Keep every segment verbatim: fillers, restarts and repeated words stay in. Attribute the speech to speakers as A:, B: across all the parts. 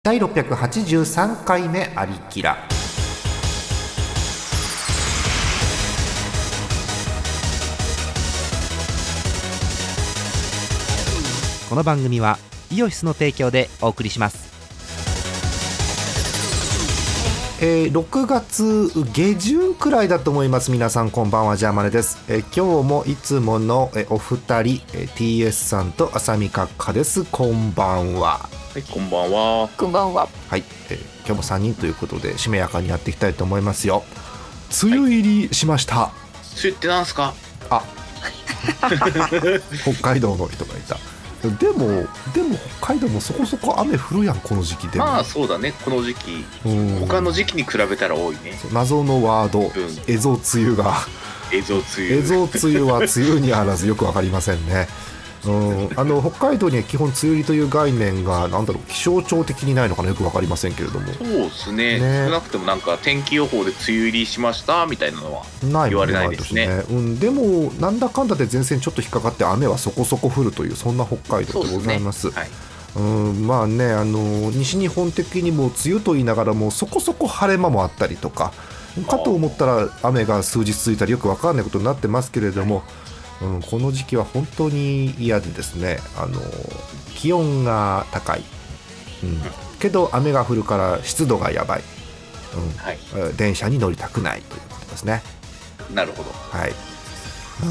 A: だいろっぴゃくはちじゅうさんかいめありきら。
B: この番組はイオシスの提供でお送りします。
A: えー、ろくがつ下旬くらいだと思います。皆さんこんばんは、ジャーマネです。えー、今日もいつもの、えー、お二人、えー、ティーエス さんと浅見閣下です。こんばんは。
C: はい、こんばんは。
D: こんばんは。
A: はい、えー、今日もさんにんということでしめやかにやっていきたいと思いますよ。梅雨入りしました。
C: はい、梅雨ってなんすか？
A: あ北海道の人がいた。でもでも北海道もそこそこ雨降るやん、この時期でも。
C: まあそうだね、この時期、他の時期に比べたら多いね。
A: 謎のワード、うん、エゾ梅雨が
C: エゾ梅雨
A: エゾ梅雨は梅雨にあらずよく分かりませんね。うん、あの北海道には基本梅雨入りという概念がなんだろう、気象庁的にないのかな、よく分かりませんけれども。
C: そうですね、ね、少なくてもなんか天気予報で梅雨入りしましたみたいなのは言われないですね。
A: ないね、うん、でもなんだかんだで前線ちょっと引っかかって雨はそこそこ降るという、そんな北海道でございます。そうですね、はい、うん、まあね、あの西日本的にも梅雨と言いながらもそこそこ晴れ間もあったりとかかと思ったら雨が数日続いたりよく分からないことになってますけれども、うん、この時期は本当に嫌でですね、あの気温が高い、うん、けど雨が降るから湿度がやばい、うん、はい、電車に乗りたくないということですね。
C: なるほど、
A: はい、うん、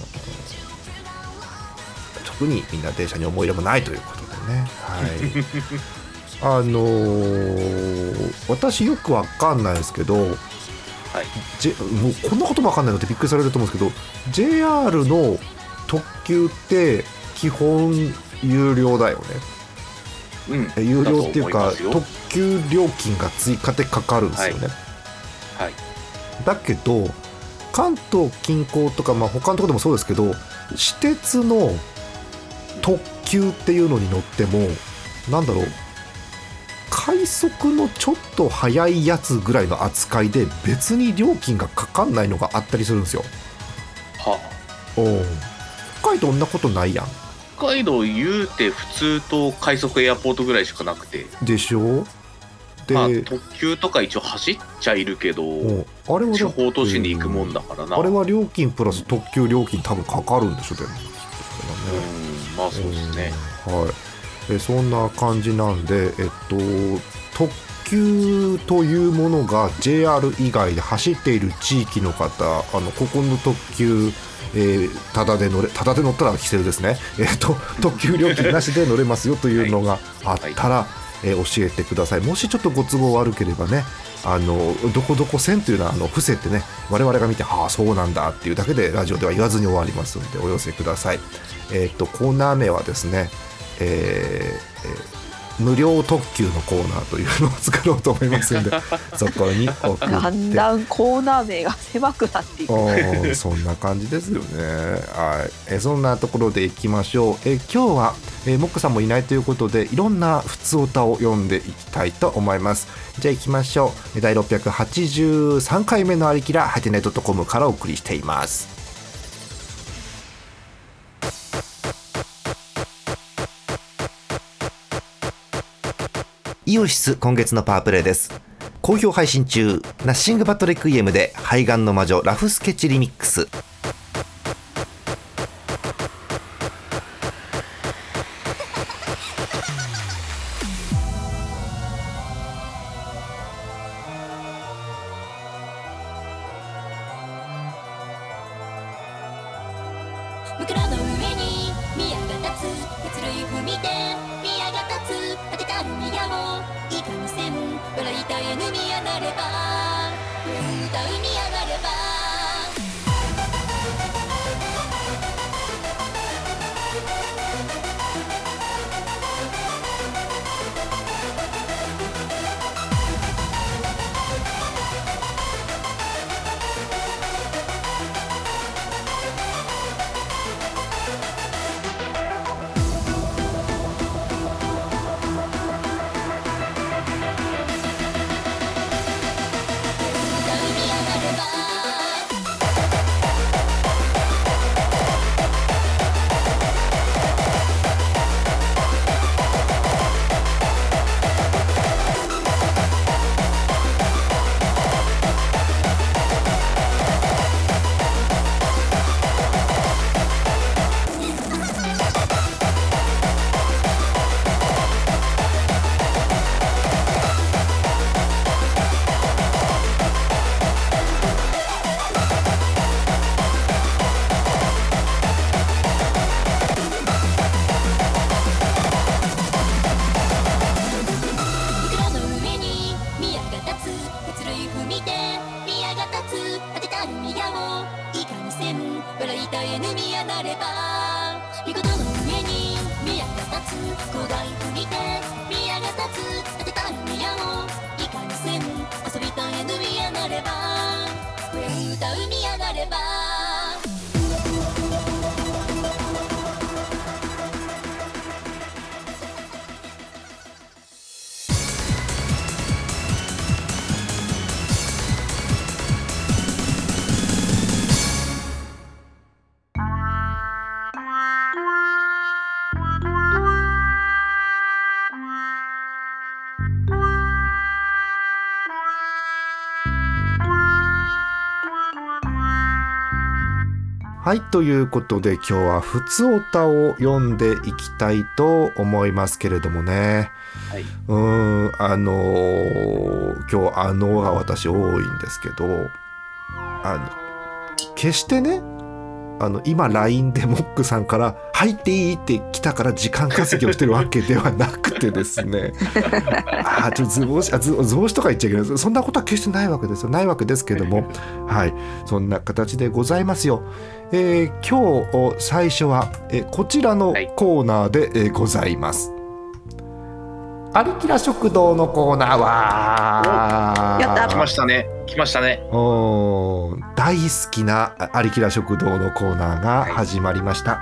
A: 特にみんな電車に思い入れもないということでね、はい、あのー、私よくわかんないですけど、はい、J、もうこんなことも分かんないのってびっくりされると思うんですけど、 ジェイアール の特急って基本有料だよね。うん、有料っていうか特急料金が追加でかかるんですよね。はいはい、だけど関東近郊とか、まあ、他のところでもそうですけど、私鉄の特急っていうのに乗ってもなんだろう、快速のちょっと速いやつぐらいの扱いで別に料金がかかんないのがあったりするんですよ。はあ、お北海道そんなことないやん。
C: 北海道言うて普通と快速エアポートぐらいしかなくて
A: でしょ。で、
C: まあ、特急とか一応走っちゃいるけど、あれは地方都市に行くもんだからな。
A: あれは料金プラス特急料金多分かかるんでしょ。でも、
C: うん、まあそうですね、
A: はい、えそんな感じなんで、えっと、特急というものが ジェイアール 以外で走っている地域の方、あのここの特急、えー、ただで乗れ、ただで乗ったら規制ですね、えー、と特急料金なしで乗れますよというのがあったら、はいはい、えー、教えてください。もしちょっとご都合悪ければね、あのどこどこ線というのはあの伏せてね、我々が見て、ああそうなんだっていうだけでラジオでは言わずに終わりますのでお寄せください。えー、とコーナー名はですね、えーえー無料特急のコーナーというのを作ろうと思いますのでそこに送って
D: だんだんコーナー名が狭くなっていく
A: そんな感じですよね。はい、えそんなところでいきましょう。え今日は、えー、モックさんもいないということでいろんなふつおたを読んでいきたいと思います。じゃあいきましょう。だいろっぴゃくはちじゅうさんかいめのありきらはてね .com からお送りしています。イオシス今月のパワープレイです。好評配信中、ナッシングバットレクイエムで肺がんの魔女ラフスケッチリミックス。
E: 枕の上に宮が立つ、鉄類踏みで宮が立つ、当てたる宮をいかにせん、笑いたえぬ宮なれば、歌う宮なれば。 古代踏みて宮が立つ建てたる宮をいかにせん遊びたえぬ宮なれば歌う宮なれば
A: はい、ということで今日はふつおたを読んでいきたいと思いますけれどもね、
C: はい、
A: うーんあのー、今日あのが私多いんですけど、あの決してね、あの今 ライン でモックさんから入っていいって来たから時間稼ぎをしてるわけではなくてですねあちょっと図星あ図星とか言っちゃいけない、そんなことは決してないわけですよないわけですけどもはいそんな形でございますよ。えー、今日最初は、えー、こちらのコーナーで、えー、ございます。アリキラ食堂のコーナーは
D: やった
C: 来ましたね来ましたね
A: お大好きなアリキラ食堂のコーナーが始まりました、はい、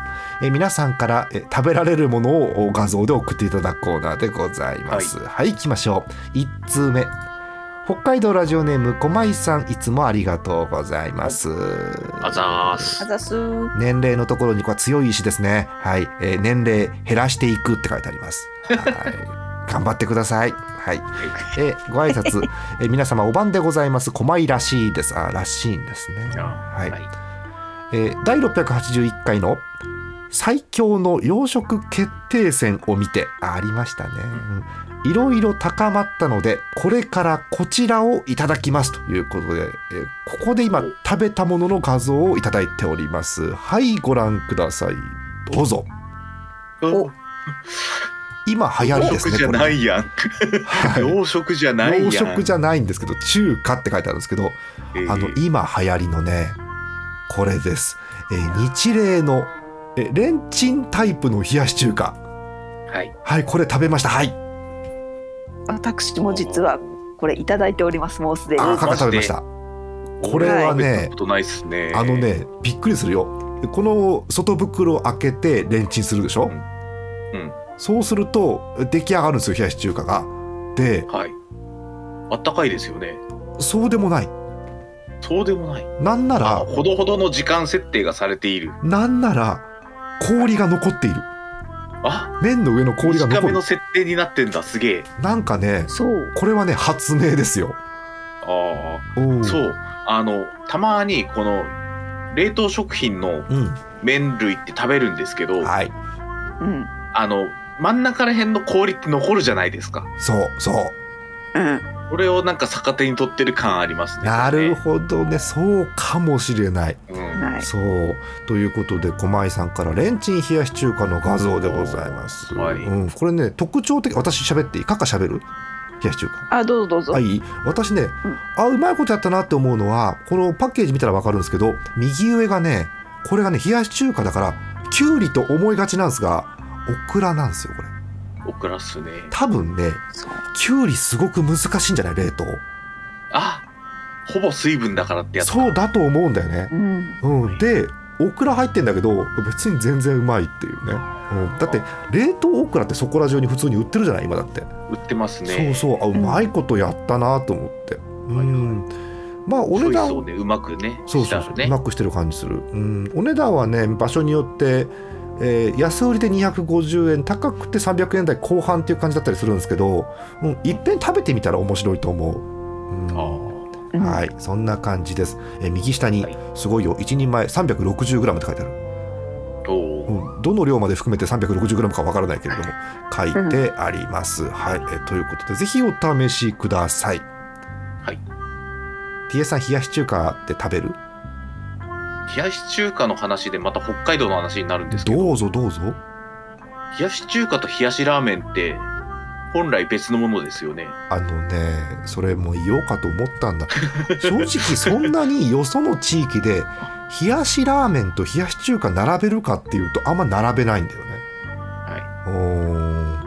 A: え皆さんからえ食べられるものを画像で送っていただくコーナーでございます。はい、はい、行きましょう。いち通目、北海道ラジオネームこまいさん、いつもありがとうございます。
C: あざーす。
D: あざす。
A: 年齢のところには強い意志ですね。はい、えー、年齢減らしていくって書いてあります。はい頑張ってください。はい。えー、ご挨拶、えー、皆様お晩でございます。狛江らしいです。あ、らしいんですね。はい。はい、えー、だいろっぴゃくはちじゅういっかいの最強の養殖決定戦を見て あ, ありましたね。いろいろ高まったのでこれからこちらをいただきますということで、えー、ここで今食べたものの画像をいただいております。はい、ご覧ください。どうぞ。お今流行りですね。
C: 養殖じゃないやん、はい、養殖じゃないやん。
A: 養殖じゃないんですけど中華って書いてあるんですけど、えー、あの今流行りのねこれです、えー、日例のえレンチンタイプの冷やし中華。
C: はい
A: はい、これ食べました。はい、
D: 私も実はこれいただいております。もうすでに
A: あ、かか食べました。これはね、
C: ないっすね。
A: あのねびっくりするよ。この外袋を開けてレンチンするでしょ、うん、うん、そうすると出来上がるんですよ冷やし中華が。で、
C: はい、あったかいですよね。
A: そうでもない。
C: そうでもない。
A: なんなら
C: ほどほどの時間設定がされている。
A: なんなら氷が残っている。
C: あ、
A: 麺の上の氷が残る。
C: 短めの設定になってんだ。すげえ。
A: なんかね、そうこれはね発明ですよ。
C: ああ、そうあのたまにこの冷凍食品の麺類って食べるんですけど、うん、はい、うん、あの真ん中ら辺の氷って残るじゃないですか。
A: そうそう、
D: うん、
C: これをなんか逆手に取ってる感ありますね。
A: なるほどね、そうかもしれない、うん、そうということで駒井さんからレンチン冷やし中華の画像でございます、はい、うん、これね特徴的。私喋っていい？カッカ喋る？冷やし中華。
D: あ、どうぞどうぞ。
A: はい、私ね、うん、あ、うまいことやったなって思うのはこのパッケージ見たら分かるんですけど、右上がねこれがね冷やし中華だからきゅうりと思いがちなんですがオクラなんですよ。これ
C: オクラっすね。
A: 多分ねきゅうりすごく難しいんじゃない？冷凍。
C: あ、ほぼ水分だからってやつ。
A: そうだと思うんだよね、うんうん、でオクラ入ってんだけど別に全然うまいっていうね、うん、だって冷凍オクラってそこら中に普通に売ってるじゃない今だって。
C: 売ってますね。
A: そうそう、あ、うまいことやったなと思って、うん、はいはい、まあお値段
C: そうね、うまくね、
A: そうそうそう、ね、うまくしてる感じする、うん、お値段はね場所によって、えー、安売りでにひゃくごじゅうえん、高くてさんびゃくえん台後半っていう感じだったりするんですけど、うん、いっぺん食べてみたら面白いと思う、うん、あ、はい、そんな感じです、えー、右下にすごいよ、いちにんまえ さんびゃくろくじゅうグラム って書いてある。うん、どの量まで含めて さんびゃくろくじゅうグラム かわからないけれども書いてあります、うん、はい、えということでぜひお試しください。
C: はい。
A: ティエさん冷やし中華って食べる？
C: 冷やし中華の話でまた北海道の話になるんですけど、
A: どうぞどうぞ。
C: 冷やし中華と冷やしラーメンって本来別のものですよね。
A: あのねそれも言おうかと思ったんだ正直そんなによその地域で冷やしラーメンと冷やし中華並べるかっていうとあんま並べないんだよね。
C: はい。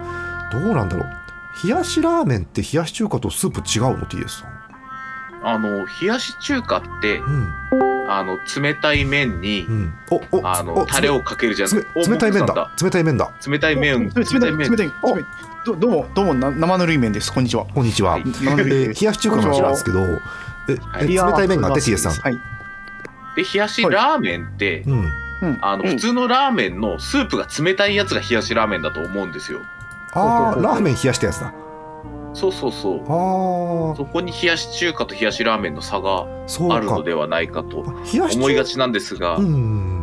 A: うなんだろう、冷やしラーメンって冷やし中華とスープ違うの ティーエス さん。
C: あの冷やし中華って、うん、あの冷たい麺に、うん、おおあのタレをかけるじゃないです
A: か。冷たい麺だ冷たい麺だ
C: 冷たい麺
F: 冷たい麺冷たい麺どどうもどうも生ぬるい麺です。こんにちは。
A: こんにちは。はい、えー、冷やし中華の話なんですけど、ええ冷たい麺があって ティーエス さん。はい。
C: で冷やしラーメンって、はい、うん、あの普通のラーメンのスープが冷たいやつが冷やしラーメンだと思うんですよ。
A: ああ、ラーメン冷やしたやつだ。
C: そうそうそう。あ、そこに冷やし中華と冷やしラーメンの差があるのではないかと思いがちなんですが、うん、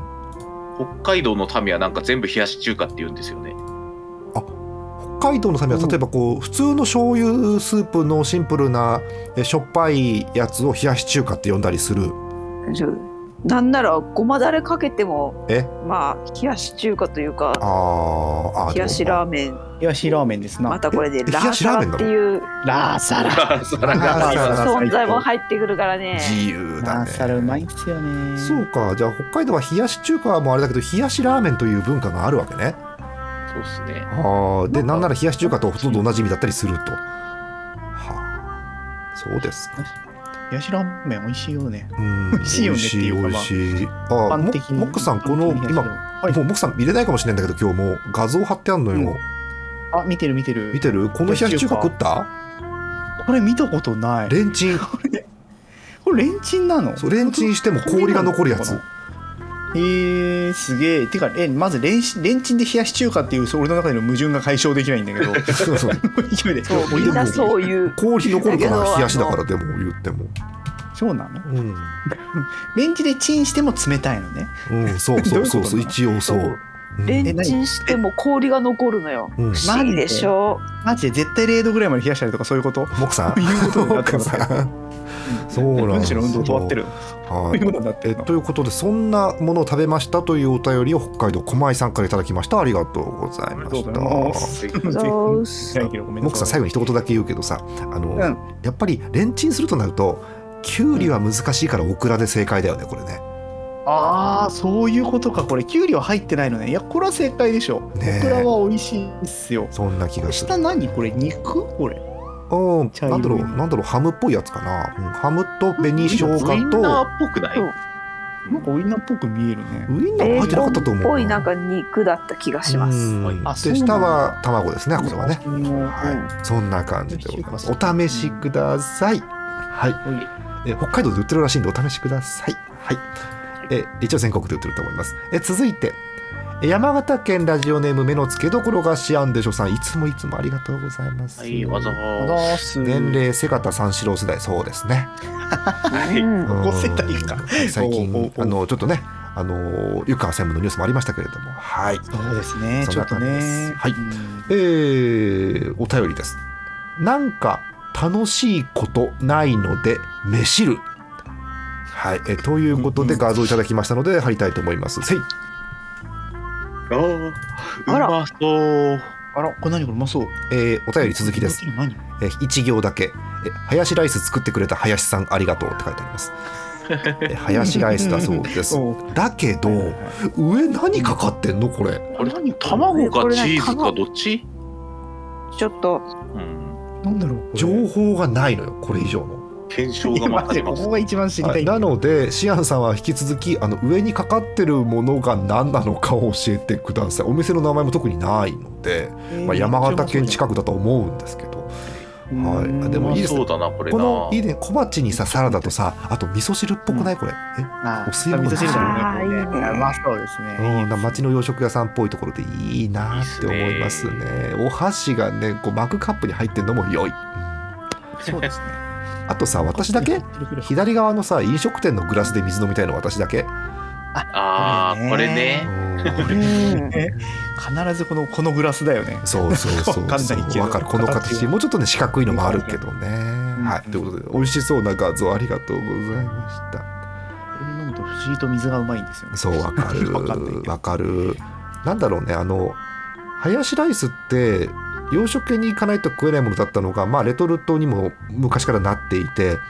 C: 北海道の民はなんか全部冷やし中華って言うんですよね。
A: あ、北海道の民は例えばこう、うん、普通の醤油スープのシンプルなしょっぱいやつを冷やし中華って呼んだりする。
D: なんならごまだれかけてもえまあ冷やし中華というか、ああ冷やしラーメン
F: 冷やしラーメンですな。
D: またこれでラーサラっていう
F: ラーサラ
D: 存在も入ってくるからね。
A: 自由だね。
F: ラーサラうまいっすよね。
A: そうか、じゃあ北海道は冷やし中華もあれだけど冷やしラーメンという文化があるわけね。
C: そうですね。
A: あでなんなら冷やし中華とほとんど同じ意味だったりすると。はあ、そうですか。
F: 冷やしラーメン美味しいよね。うん、美味しいよねっていうか、まあ、
A: 美味しい。あ、モックさんこの今、はい、もうモックさん見れないかもしれないんだけど今日もう画像貼ってあるのよ。うん、
F: あ、見てる見てる
A: 見てる。この冷やし中華食った？
F: これ見たことない。
A: レンチン。
F: これレンチンなの？
A: そう、レンチンしても氷が残るやつ。
F: えー、すげえ。てかえまずレンレンチンで冷やし中華っていう俺の中での矛盾が解消できないんだけど。そうそう
D: みんなそういう
A: 氷残るから冷やしだからでも言っても。
F: そうなの？うん、レンジでチンしても冷たいのね。
A: うん、そうそうそうそう一応そう。
D: レンチンしても氷が残るのよ。不思議でしょ。
F: マジで絶対れいどぐらいまで冷やしたりとかそういうこと？
A: モクさん。
F: いうことになってますか。
A: そうなんですよ。
F: 運動止まってる。
A: はい。えということでそんなものを食べましたというお便りを北海道狛江さんからいただきました。ありがとうございました。モクさん最後に一言だけ言うけどさ、あの、うん、やっぱりレンチンするとなるとキュウリは難しいからオクラで正解だよねこれね。
F: ああ、そういうことか。これキュウリは入ってないのね。いやこれは正解でしょ。オクラは美味しいですよ。
A: そんな気がする。
F: 下何これ肉これ。
A: うん、なんだろうなんだろうハムっぽいやつかな、うん、ハムと紅生姜とウイン
C: ナーっぽくない？
F: なんかウインナーっぽく見えるね。
A: ウインナー入ってなかったと思う。
D: っぽいなんか肉だった気がします。
A: で下は卵ですねこれはね。はい、そんな感じでございます。お試しください。はい。え北海道で売ってるらしいんでお試しください。はい。え一応全国で売ってると思います。え続いて。山形県ラジオネーム目の付けどころがしあんでしょさん、いつもいつもありがとうございます。
C: はい、わざわ
A: ざ年齢瀬形三四郎世代、そうですね。
F: はい、ご世代か。
A: 最近あのちょっとね、あの湯川専務のニュースもありましたけれども、はい。
F: そうですね。ちょっとね。
A: はい。えー、お便りです。なんか楽しいことないので飯る。はい。えということで画像いただきましたので貼りたいと思います。せい。
C: あうまそう。
F: あら、これ何これうまそう。
A: えー、お便り続きです。えー、一行だけえハヤシライス作ってくれた林さんありがとうって書いてあります。えハヤシライスだそうです。だけど上何かかってんのこれ？
C: これ何？卵かチーズかどっち？
D: ちょっと、
F: うん、なんだろう。
A: 情報がないのよこれ以上の。
C: 検証が待ってます。
F: ここが一番知りたい、はい、
A: なのでシアンさんは引き続きあの上にかかってるものが何なのかを教えてください。お店の名前も特にないので、えーまあ、山形県近くだと思うんですけど、はい、でもいいですね。
C: そうだなこれな。
A: このいいね小鉢にさサラダとさあと味噌汁っぽくないこれ？えお吸い物
F: 味噌汁だね。うまそうですね。
A: うん、町の洋食屋さんっぽいところでいいなって思いますね。お箸がねこうマグカップに入ってるのも良い。
F: そうですね。
A: あとさ私だけ左側のさ飲食店のグラスで水飲みたいの私だけ。
C: ああこれね。
F: 必ずこのこのグラスだよね。
A: そうそうそうそう。分かるこの形もうちょっとね四角いのもあるけどね。はい、ということで美味しそうな画像ありがとうございました。
F: これ飲むと不思議と水がうまいんですよね。
A: そう分かる分かる。なんだろうねあのハヤシライスって洋食系に行かないと食えないものだったのが、まあ、レトルトにも昔からなっていて、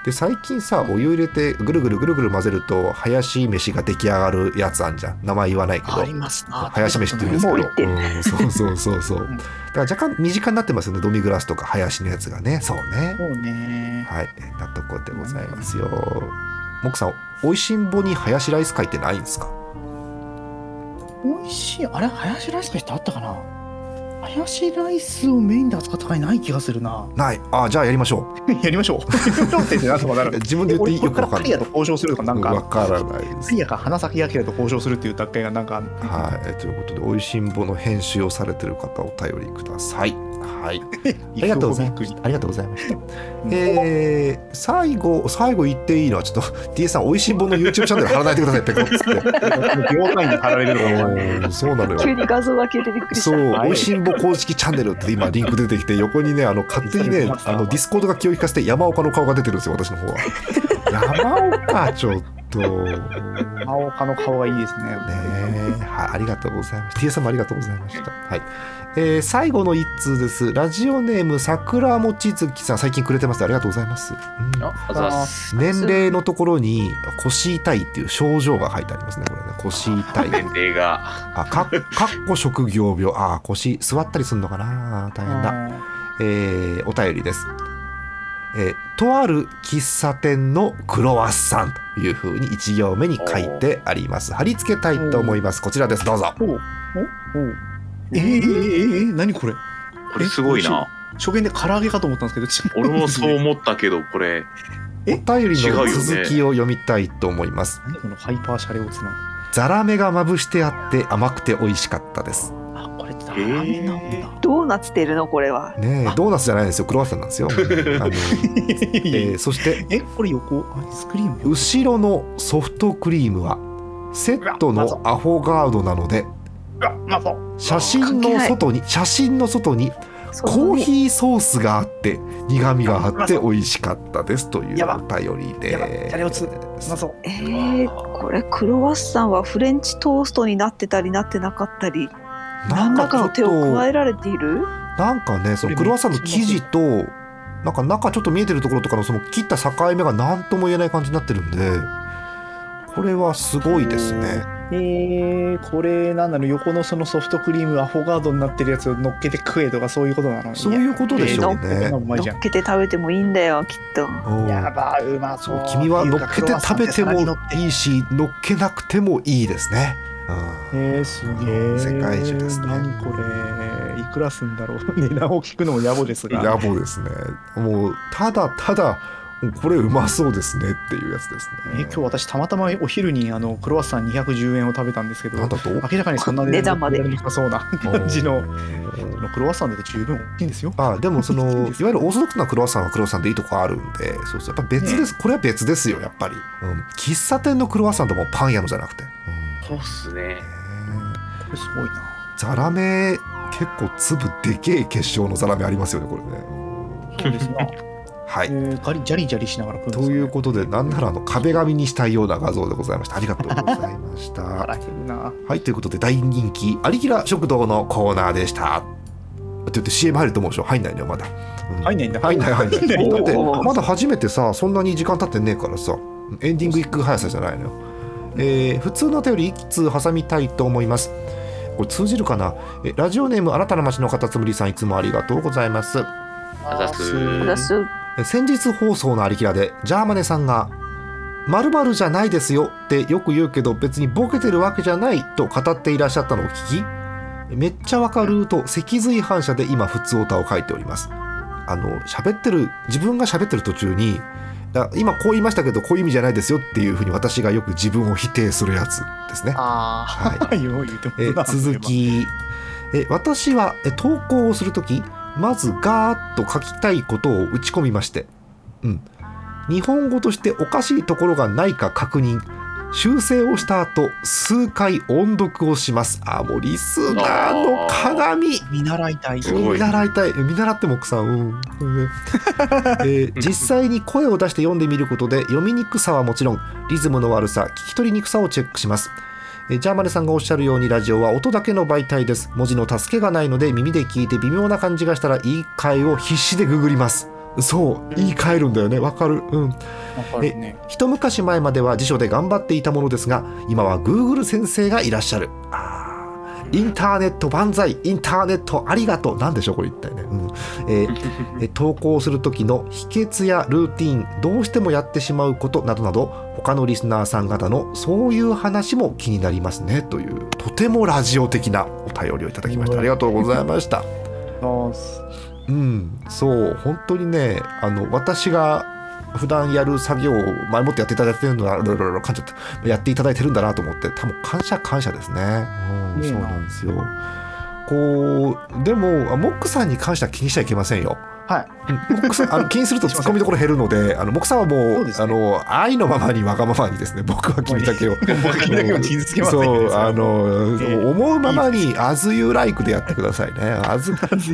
A: で最近さお湯入れてぐるぐるぐるぐる混ぜるとハヤシ飯が出来上がるやつあんじゃん。名前言わないけど
F: ありますな。
A: ハヤシ飯って言うんですけど、うん、そうそうそうそう、うん、だから若干身近になってますよね、ドミグラスとかハヤシのやつがね。そうね、
F: そうね、
A: はい、なとこでございますよ。モクさん、おいしんぼにハヤシライス会ってないんですか？
F: おいしい、あれハヤシライス会ってあったかな。ハヤシライスをメインで扱った会ない気がするな。
A: ない。あ、じゃあやりましょう
F: やりましょう
A: 自分で言っていい？よくわかんない。
F: パリアと交渉するとかなんか
A: わからないです。
F: パリアか花咲明と交渉するっていう段階がなんか、
A: はい、ということでおいしんぼの編集をされてる方お便りください。はい、ありがとうございました。ありがとうございました。えー、最後最後言っていいのはちょっと ティーエス さんおいしんぼの YouTube チャンネル貼らないでくださいペコッつって
F: 秒単位で貼られるの
A: そうなのよ。
D: 急に画像が消えてびっくりした。
A: そう、おいしんぼ公式チャンネルって今リンク出てきて横にねあの勝手にねあのディスコードが気を利かせて山岡の顔が出てるんですよ私の方は。山岡ちょっと
F: 山岡の顔がいいですね。ね、
A: はい、ありがとうございます。 ティーエス さんもありがとうございました。はい、えー、最後の一通です。ラジオネーム桜もちつきさん、最近くれてます。ありがとうございます。うん、あ年齢のところに腰痛いっていう症状が書いてありますね。これね、腰痛い
C: 年齢が
A: あかかっこ職業病、あ腰座ったりするのかな、大変だ。えー、お便りです。えー、とある喫茶店のクロワッサンというふうにいち行目に書いてあります。貼り付けたいと思います。こちらです、どうぞ。おおお
F: えー、えー、えー、何これ。
C: これすごいな。
F: 初見で唐揚げかと思ったんですけど
C: 俺もそう思ったけどこれ
A: お便りの続きを読みたいと思います。
F: 何このハイパーシャレオツな。
A: ザラメがまぶしてあって甘くて美味しかったです。
F: あ、これザラメなんだ、えー、
D: ドーナツてるのこれは
A: ねえ、ドーナツじゃないんですよ、クロワッサンなんですよ。あの、えー、そして
F: えこれ横アイスクリーム、
A: 後ろのソフトクリームはセットのアフォガードなので写真の外に写真の外にコーヒーソースがあって苦味があって美味しかったですというお便りで、
D: えー、これクロワッサンはフレンチトーストになってたりなってなかったり何らかの手を加えられている。
A: なんかね、そのクロワッサンの生地となんか中ちょっと見えてるところとかのその切った境目が何とも言えない感じになってるんで、これはすごいですね。
F: えー、これなんだろう、横のそのソフトクリームアフォガードになってるやつを乗っけて食えとかそういうことなの。
A: そういうことでしょうね。
D: 乗っけて食べてもいいんだよきっと。
F: やばうまそう。
A: 君は乗っけて食べてもいいし乗っけなくてもいいですね。
F: うん、えー、すげえ。
A: 世界中ですね。
F: 何これ、いくらすんだろう。値段を聞くのも野暮ですが。
A: 野暮ですね。もうただただこれうまそうですねっていうやつですね。
F: え今日私たまたまお昼にあのクロワッサンにひゃくじゅうえんを食べたんですけど、
A: なんだと
F: 明らかにそんな
D: 値段まで
F: なそうな感じのクロワッサンで十分大きいんですよ。
A: あでもそのいわゆるオーソドックスなクロワッサンはクロワッサンでいいとこあるんで、そうそうやっぱ別です、ね、これは別ですよやっぱり、うん、喫茶店のクロワッサンともパン屋のじゃなくて、
C: うん、そうっすね。
F: これすごいな。
A: ザラメ結構粒でけえ結晶のザラメありますよねこれね。
F: そうですな。
A: はい、
F: えー、ガリジャリジャリしながら食うんですね。
A: ということでなんならあの壁紙にしたいような画像でございました。ありがとうございましたはい、ということで大人気アリキラ食堂のコーナーでしたって言って シーエム 入ると思うでしょ。入んないのよまだ、
F: うん、入んないんだ。
A: 入んない入んないだってまだ初めてさそんなに時間経ってねえからさエンディング行く速さじゃないのよ、えー、普通のお便りいくつ挟みたいと思います。これ通じるかな。えラジオネーム新たな街のカタツムリさん、いつもありがとうございます。
C: あざす
D: あざす。
A: 先日放送のありきらでジャーマネさんが〇〇じゃないですよってよく言うけど別にボケてるわけじゃないと語っていらっしゃったのを聞き、めっちゃわかると脊髄反射で今普通歌を書いております。あの喋ってる自分が喋ってる途中に今こう言いましたけどこういう意味じゃないですよっていうふうに私がよく自分を否定するやつですね。
F: あ、
A: はい、
F: え
A: 続きえ私はえ投稿をするときまずガーッと書きたいことを打ち込みまして、うん、日本語としておかしいところがないか確認修正をした後数回音読をします。あもうリスナーの鏡
F: 見習いたい
A: 見習いたい見習っても奥さん、うんえー、実際に声を出して読んでみることで読みにくさはもちろんリズムの悪さ聞き取りにくさをチェックします。ジャーマネさんがおっしゃるようにラジオは音だけの媒体です。文字の助けがないので耳で聞いて微妙な感じがしたら言い換えを必死でググります。 そう言い換えるんだよね。わかる。うん。
F: わかるね。
A: え一昔前までは辞書で頑張っていたものですが、今は Google 先生がいらっしゃる。あインターネット万歳、インターネットありがとう。なんでしょうこれ一体ね。うんえー、投稿する時の秘訣やルーティン、どうしてもやってしまうことなどなど、他のリスナーさん方のそういう話も気になりますねという、とてもラジオ的なお便りをいただきました。ありがとうございました。うん、そう本当にね、あの私が普段やる作業を前もってやっていただいてるのはやっていただいてるんだなと思って、多分感謝感謝ですね。うん、そうなんですよ。こうでもモックさんに関しては気にしちゃいけませんよ。
F: はい、
A: モックさんあの気にするとツッコミどころ減るので、あのモックさんはもう、ね、あの愛のままにわがままにですね、僕は君だけをそうあの、えー、思うままに As You Like でやってくださいね。 As,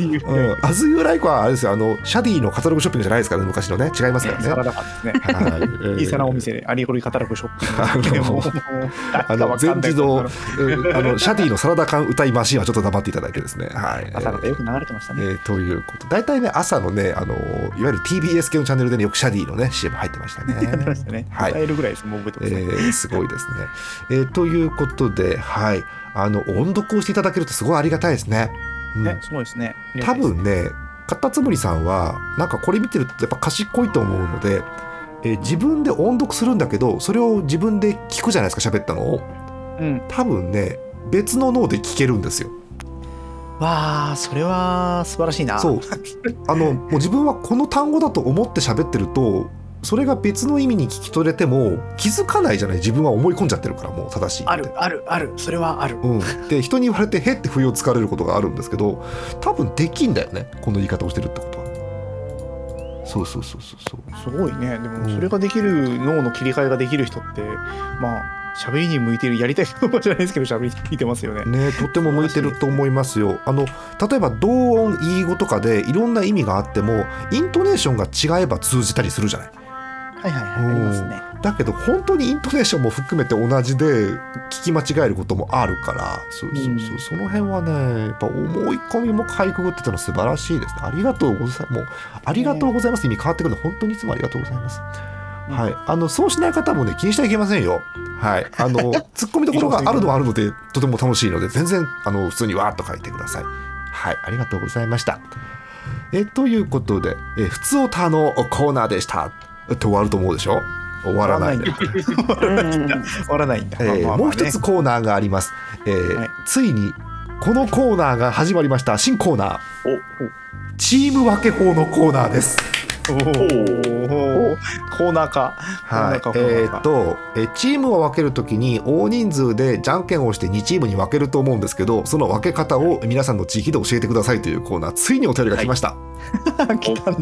A: As You Like はあれですよ、あのシャディのカタログショッピングじゃないですからね、昔のね、違いますからね。
F: サラダですね。はい、いいさなお店でアリゴリカタログショッピング。
A: あの全自動あのシャディのサラダ缶歌いマシンはちょっと黙っていただいてですね。はい。
F: サラダよく流れてましたね。
A: えー、ということ。大体ね朝のね、あのいわゆる ティービーエス 系のチャンネルで、ね、よくシャディのね シーエム 入ってましたね。
F: やってましたね。はい。歌えるぐらいです。もう覚えてますね。
A: えー、すごいですね。えー、ということで、はい、あの音読をしていただけるとすごいありがたいですね。
F: うん、ね、すごいですね。
A: 多分ね、カタツムリさんはなんかこれ見てるとやっぱ賢いと思うので、えー、自分で音読するんだけど、それを自分で聞くじゃないですか、喋ったのを。うん。多分ね、別の脳で聞けるんですよ。
F: わあ、それは素晴らしいな。
A: そうあのもう自分はこの単語だと思って喋ってると、それが別の意味に聞き取れても気づかないじゃない。自分は思い込んじゃってるから、もう正しい。
F: あるあるある、それはある。
A: うん、で人に言われてへって不意をつかれることがあるんですけど、多分できんだよね、この言い方をしてるってことは。そうそうそうそう
F: そう。すごいね。でもそれができる、脳の切り替えができる人って、まあ喋りに向いてる、やりたい言葉じゃないですけど喋りに向いてますよね。
A: ね、とても向いてると思いますよ。あの例えば同音異義語とかでいろんな意味があっても、イントネーションが違えば通じたりするじゃない。
F: はいはいはい、ありますね。
A: だけど本当にイントネーションも含めて同じで聞き間違えることもあるから、そうそうそう、うん、その辺はね、やっぱ思い込みもかいくぐってたの素晴らしいですね。ありがとうございます。もうありがとうございます、意味変わってくるの本当にいつもありがとうございます。はい、あのそうしない方もね、気にしてはいけませんよ。はい、あのツッコミどころがあるのはあるのでとても楽しいので、全然あの普通にわーっと書いてください。はい、ありがとうございました。えということで、えふつおたのコーナーでしたって終わると思うでしょ。終わらないね。
F: 終わらないんだ。
A: えー、もう一つコーナーがあります。えーはい、ついにこのコーナーが始まりました。新コーナー、チーム分け法のコーナーです。
F: おおコーナーか。
A: はい、えー、っとえチームを分けるときに大人数でじゃんけんをしてにチームに分けると思うんですけど、その分け方を皆さんの地域で教えてくださいというコーナー、ついにお便りが来ました。
F: はい、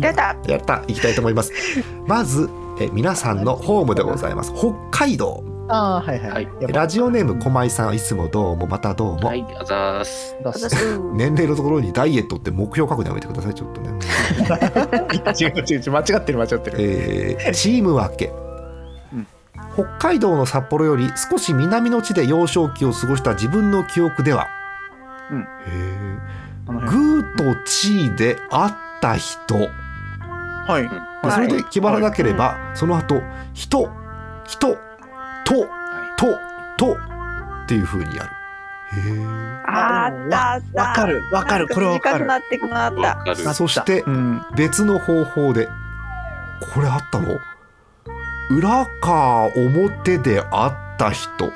D: やった
A: やったいきたいと思います。まずえ皆さんのホームでございます、北海道。
F: あ、はいはいはい、
A: ラジオネーム小舞さん、いつもどうも、またどうも。
C: はい、あざーす。
A: 年齢のところにダイエットって目標書くのやめてください、ちょっとね。
F: 違う違う違う、間違ってる間違ってる。
A: えー、チーム分け、うん、北海道の札幌より少し南の地で幼少期を過ごした自分の記憶では、うん、へグーとチーで会った人、
F: はい、
A: うん、それで決まらなければ、はい、その後人人とととっていう風にやる。へー、
D: あったあった、
F: わかるわかる、これわかる。
D: 短くなってくなった。
A: そして、うん、別の方法で、これあったの、裏か表で会った人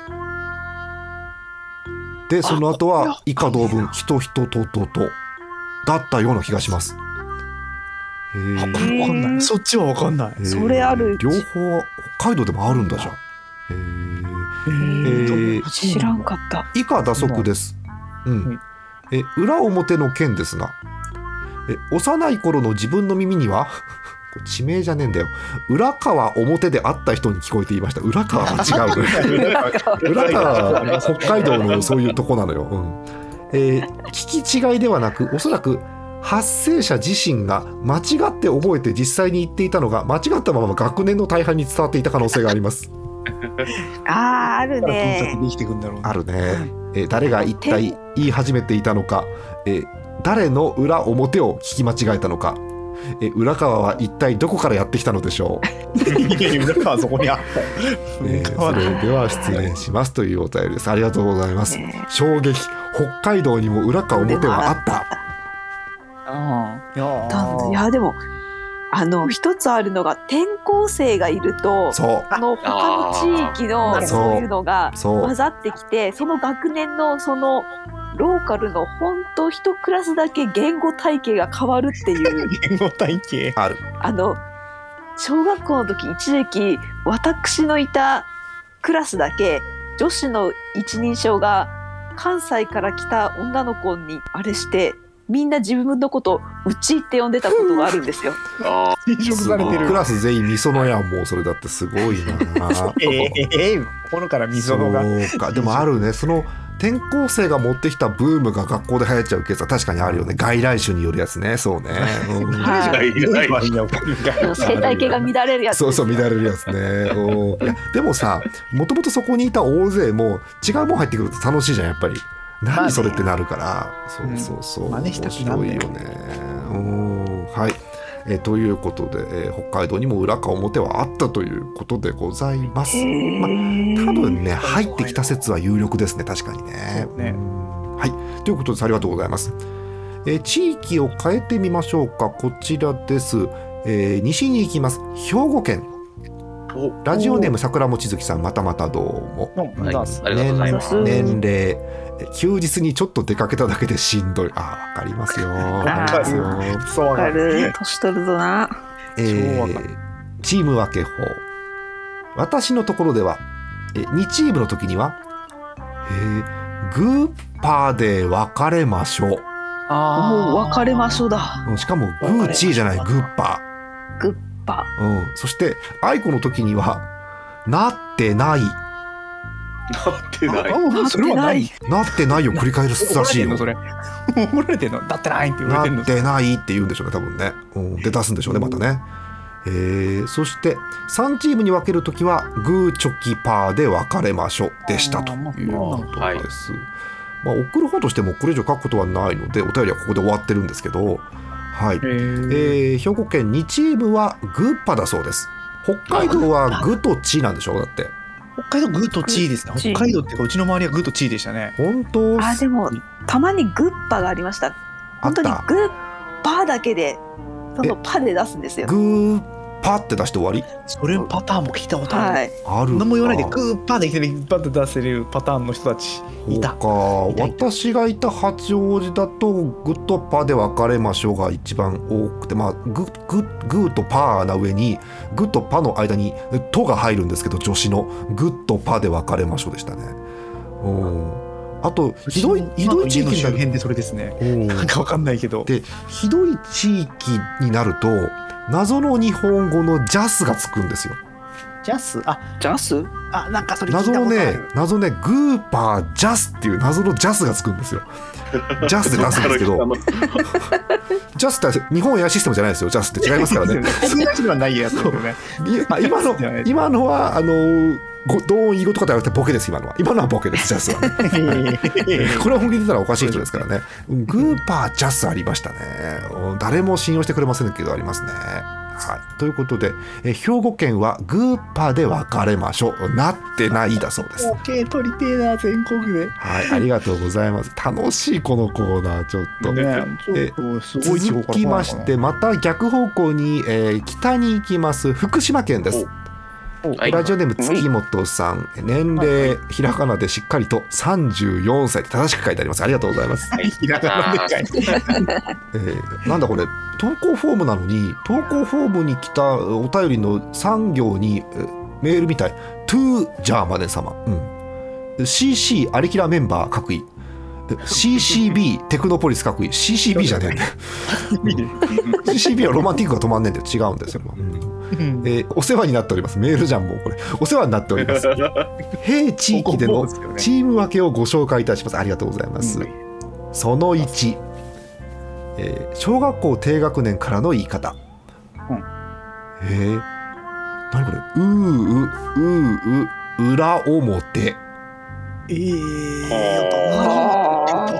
A: で、その後は以下同文、人人とととだったような気がします。
F: へー、わかんない。そっちはわかんない。
D: それある。
A: 両方は北海道でもあるんだじゃん。へー、え
D: ー、知らんかった。
A: 以下打足です。うん、え裏表の件ですが、え幼い頃の自分の耳にはこれ地名じゃねえんだよ、浦川表で会った人に聞こえていました。浦川は違う浦川は北海道のそういうとこなのよ。うん、えー、聞き違いではなく、おそらく発生者自身が間違って覚えて実際に言っていたのが間違ったまま学年の大半に伝わっていた可能性があります。
D: あー、あるね。
A: あるね。えー、誰が一体言い始めていたのか、えー、誰の裏表を聞き間違えたのか、 え浦川は一体どこからやってきたのでしょう。
F: いや浦川そこにあった、
A: えー、それでは失礼しますというお便りです。ありがとうございます。衝撃、北海道にも浦川表はあった。
D: あいやいやでもあの一つあるのが転校生がいると
A: そう
D: あの他の地域のそういうのが混ざってきて、その学年のそのローカルの本当一クラスだけ言語体系が変わるっていう
F: 言語体系
A: ある。
D: あの小学校の時一時期私のいたクラスだけ女子の一人称が関西から来た女の子にあれしてみんな自分のことをうちって呼んでたことがあるんですよ。
F: あ侵食されてる。
A: クラス全員みそのやん。もうそれだってすごいな。
F: えー、えー、心からみそのが。
A: そうか。でもあるね。その転校生が持ってきたブームが学校で流行っちゃうケースは確かにあるよね。外来種によるやつね。そうね。うん、
D: 生態系が乱れるやつ、
A: そうそう乱れるやつね。おいやでもさ、もともとそこにいた大勢も違うもん入ってくると楽しいじゃんやっぱり。何それってなるから、そうそうそう、うん、面白いよね。うん、はい、えー、ということで、えー、北海道にも裏か表はあったということでございます。まあ、多分ね入ってきた説は有力ですね。確かに ね, ね、はい、ということです。ありがとうございます。えー、地域を変えてみましょうか。こちらです。えー、西に行きます。兵庫県。ラジオネーム桜もちづきさん、またまたどうも。
C: はい、ありがとうございます。
A: 年齢、休日にちょっと出かけただけでしんどい。あ、わかりますよ。わかりますよ。
D: そうわかる。年取るぞな。
A: えー、チーム分け法。私のところではえにチームの時には、えー、グーパーで別れましょう。
D: あ、もう別れましょうだ。
A: しかもグーチーじゃない、グッパ
D: ー。グッパ
A: ー。うん。そして愛子の時にはなってない。
C: なってない。
F: それはない。
A: なってないを繰り返すらしいの。
F: それ。怒られてんの。なってないって言われてんの。
A: なってないって言うんでしょうね、多分ね。うん、で出すんでしょうね、またね。えー、そしてさんチームに分けるときはグーチョキパーで別れましょうでしたということです。まあ、送る方としてもこれ以上書くことはないのでお便りはここで終わってるんですけど、はい、えー、兵庫県にチームはグーパだそうです。北海道はグとチなんでしょう。だって
F: 北海道グーとチーですね。北海道っていうかうちの周りはグーとチーでしたね。
A: 本当。
D: あ、でもたまにグッパがありました。本当にグッパだけでそのパで出すんですよ。
A: グーパって出して終わり。
F: それパターンも聞いたことある。はい、
A: ある。
F: 何も言わないでグーパでいきなりパって出せるパターンの人たちいた。
A: そうか。私がいた八王子だとグッとパで別れましょうが一番多くて、まあグググーとパーな上にグとパの間にとが入るんですけど、女子のグッとパで別れましょうでしたね。うん。あとひどいひどい地域
F: の周辺でそれですね。なんかわかんないけど。
A: でひどい地域になると謎の日本語のジャスがつくんですよ。
F: ジャス、あ、
D: ジャス、
F: あ、なんかそれ聞いたことある。
A: 謎のね、謎ね、グーパージャスっていう謎のジャスがつくんですよ。ジャスで出すんですけど、ジャスって日本エアシステムじゃないですよ。ジャスって違いますからね。
F: 数字ではないやつですよね。
A: 今の今のはあの同音異語とかではなくてボケです。今のは今のはボケです。ジャスは、ね、これは本気で言ったらおかしい人ですからね。グーパージャスありましたね。誰も信用してくれませんけどありますね。はい、ということでえ兵庫県はグーパーで別れましょう。なってないだそうです。
F: オーケー取りてえな全国で。
A: はい、ありがとうございます。楽しいこのコーナーちょっと。ね、え続きましてまた逆方向に、えー、北に行きます福島県です。ラジオネーム月本さん、年齢ひらがなでしっかりとさんじゅうよんさいで正しく書いてあります。ありがとうございます。
F: ひらがなで書いてある、
A: えー、なんだこれ投稿フォームなのに投稿フォームに来たお便りのさん行にメールみたい to ジャーマネ様、うん、シーシー アリキラメンバー各位 シーシービー テクノポリス各位 シーシービー じゃねえんだよシーシービー はロマンティックが止まんねえんだよ。違うんですよ、うんえー、お世話になっております。メールじゃんもうこれお世話になっております。弊地域でのチーム分けをご紹介いたします。ありがとうございます、うん、そのいち、えー、小学校低学年からの言い方、うん、えー、何これうーううう裏表、
F: えー、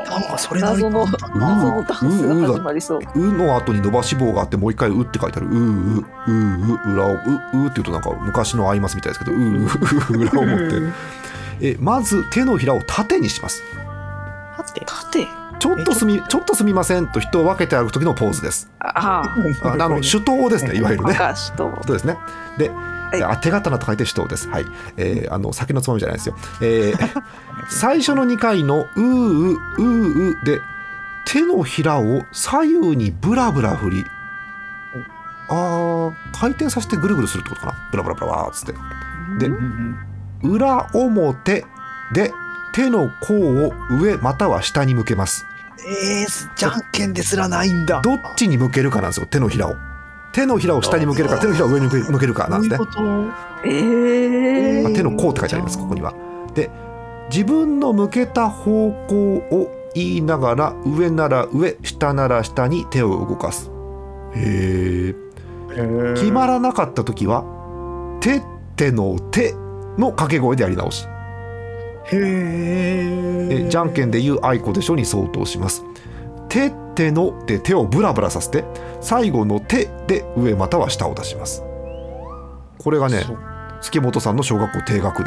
F: なんかそれなり
D: 謎の謎のダンスが始まりそう。
A: うの後に伸ばし棒があってもう一回うって書いてある。うううう裏をううって言うとなんか昔のアイマスみたいですけど、ううう裏を持ってえまず手のひらを縦にします。
F: 縦
D: 縦
A: ちょっとすみちょっとすみませんと人を分けて歩く時のポーズです。
D: あ
A: ああの手刀ですね、いわゆるね。
D: 手刀
A: そうですね。で、はい、あ手刀と書いて手刀です。はい。えー、あの酒のつまみじゃないですよ。えー、最初のにかいのうううううで手のひらを左右にブラブラ振り、あ回転させてぐるぐるするってことかな。ブラブラブラブラっつって。で、裏表で手の甲を上または下に向けます。
F: えー、じゃんけんですらないんだ。
A: どっちに向けるかなんですよ。手のひらを手のひらを下に向けるか手のひらを上に向けるかなんですね。
D: えー
A: まあ、手の甲って書いてあります、ここには。で自分の向けた方向を言いながら上なら上下なら下に手を動かす。へえ。決まらなかった時は手手の手の掛け声でやり直し。
F: へえ。
A: じゃんけんでいうあいこでしょに相当します。手手ので手をブラブラさせて最後の手で上または下を出します。これがね月本さんの小学校低学年。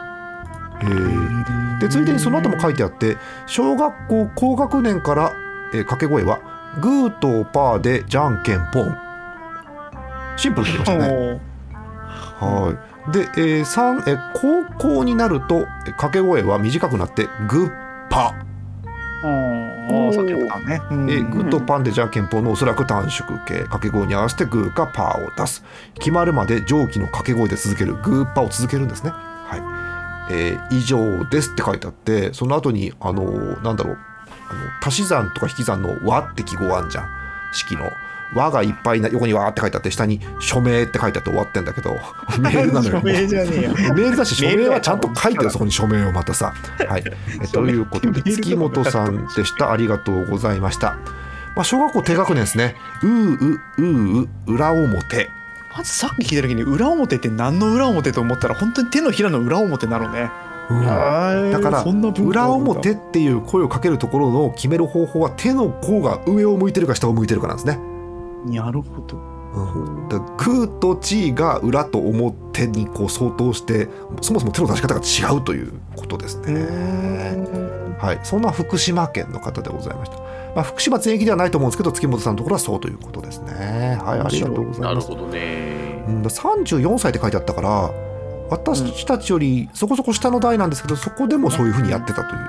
A: でついでにその後も書いてあって小学校高学年から、えー、掛け声はグーとパーでじゃんけんポン。シンプルになりましたね。はいで、えーさんえー、高校になると掛け声は短くなってグッパ。
F: おさっきのパンね、
A: えー、グーとパンでじゃんけんポンのおそらく短縮形。掛け声に合わせてグーかパーを出す。決まるまで上記の掛け声で続ける。グーパーを続けるんですね。はいえー、以上ですって書いてあって、その後にあのー、なんだろうあの足し算とか引き算の和って記号あんじゃん。式の和がいっぱいな横にわーって書いてあって下に署名って書いてあって終わってんだけどメールなのよ。
F: 署名じゃねえよ。
A: メールだし署名はちゃんと書いてるそこに署名をまたさ。はいえということで月本さんでした。ありがとうございました。まあ、小学校低学年ですね。うううう裏表。
F: まずさっき聞いた時に裏表って何の裏表と思ったら本当に手のひらの裏表なのね。
A: うん、だから裏表っていう声をかけるところの決める方法は手の甲が上を向いてるか下を向いてるかなんですね。
F: なるほど。
A: うん、だからグーとチーが裏と表にこう相当してそもそも手の出し方が違うということですね。はい、そんな福島県の方でございました。まあ、福島全域ではないと思うんですけど月本さんのところはそうということですね。はい、ありがとうございます。
C: なるほどね。
A: うん、さんじゅうよんさいって書いてあったから私たちよりそこそこ下の代なんですけど、そこでもそういうふうにやってたという、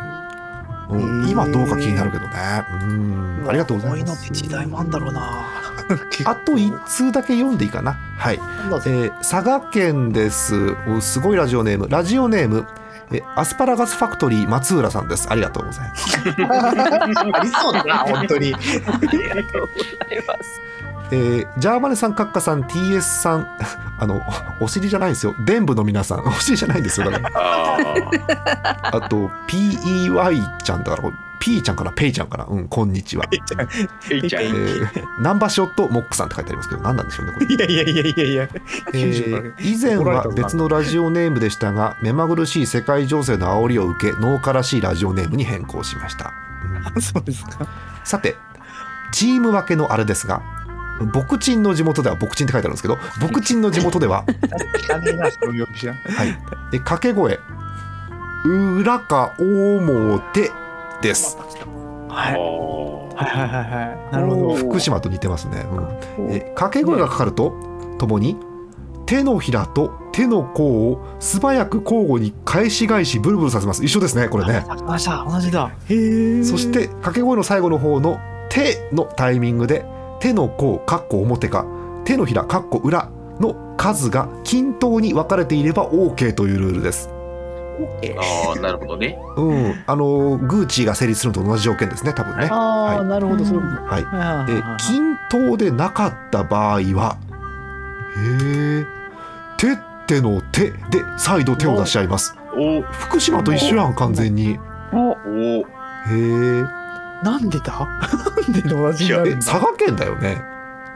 A: うん、今どうか気になるけどね。うんありがとうございます。
F: 時代もあんだろうな。
A: あといっ通だけ読んでいいかな。はい、えー、佐賀県です。すごいラジオネームラジオネームえアスパラガスファクトリー松浦さんです。ありがとうございます。
F: ありそうだな本当に。
D: ありがとうございます。
A: えー、ジャーマネさん、カッカさん、ティーエス さん、あのお尻じゃないんですよ。伝部の皆さん、お尻じゃないんですよ。だからあと ピーイーワイ ちゃんだから P ちゃんかな、ペイちゃんかな、うん、こんにちは。
C: ペイちゃん、え
A: ー、ナンバーショットモックさんって書いてありますけど、何なんでしょうねこれ。
F: いやいやいやいやいや、
A: えー、以前は別のラジオネームでしたが、目まぐるしい世界情勢の煽りを受け農家らしいラジオネームに変更しました。
F: うん、そうですか。さ
A: てチーム分けのあれですが、僕ちんの地元では僕ちんって書いてあるんですけど、僕ちんの地元でははいで掛け声裏か表です。
F: はいはいはいはい、なるほど。
A: 福島と似てますね。うん、え掛け声がかかるとともに手のひらと手の甲を素早く交互に返し返しブルブルさせます。一緒ですねこれね。
F: 同じだ同じだ。へー。
A: そして掛け声の最後の方の手のタイミングで手の甲かっこ表か手のひらかっこ裏の数が均等に分かれていれば OK というルールです。
C: ああ、なるほどね。
A: うん、あのグーチーが成立するのと同じ条件ですね多分ね。
F: ああ、はい、なるほどそういうこと。
A: はい。え均等でなかった場合は、へえ、手っての手で再度手を出し合います。お、福島と一緒やん完全に。おお。へえ。
F: なんでだ？なんで同じになるんだ？
A: 佐賀県だよね。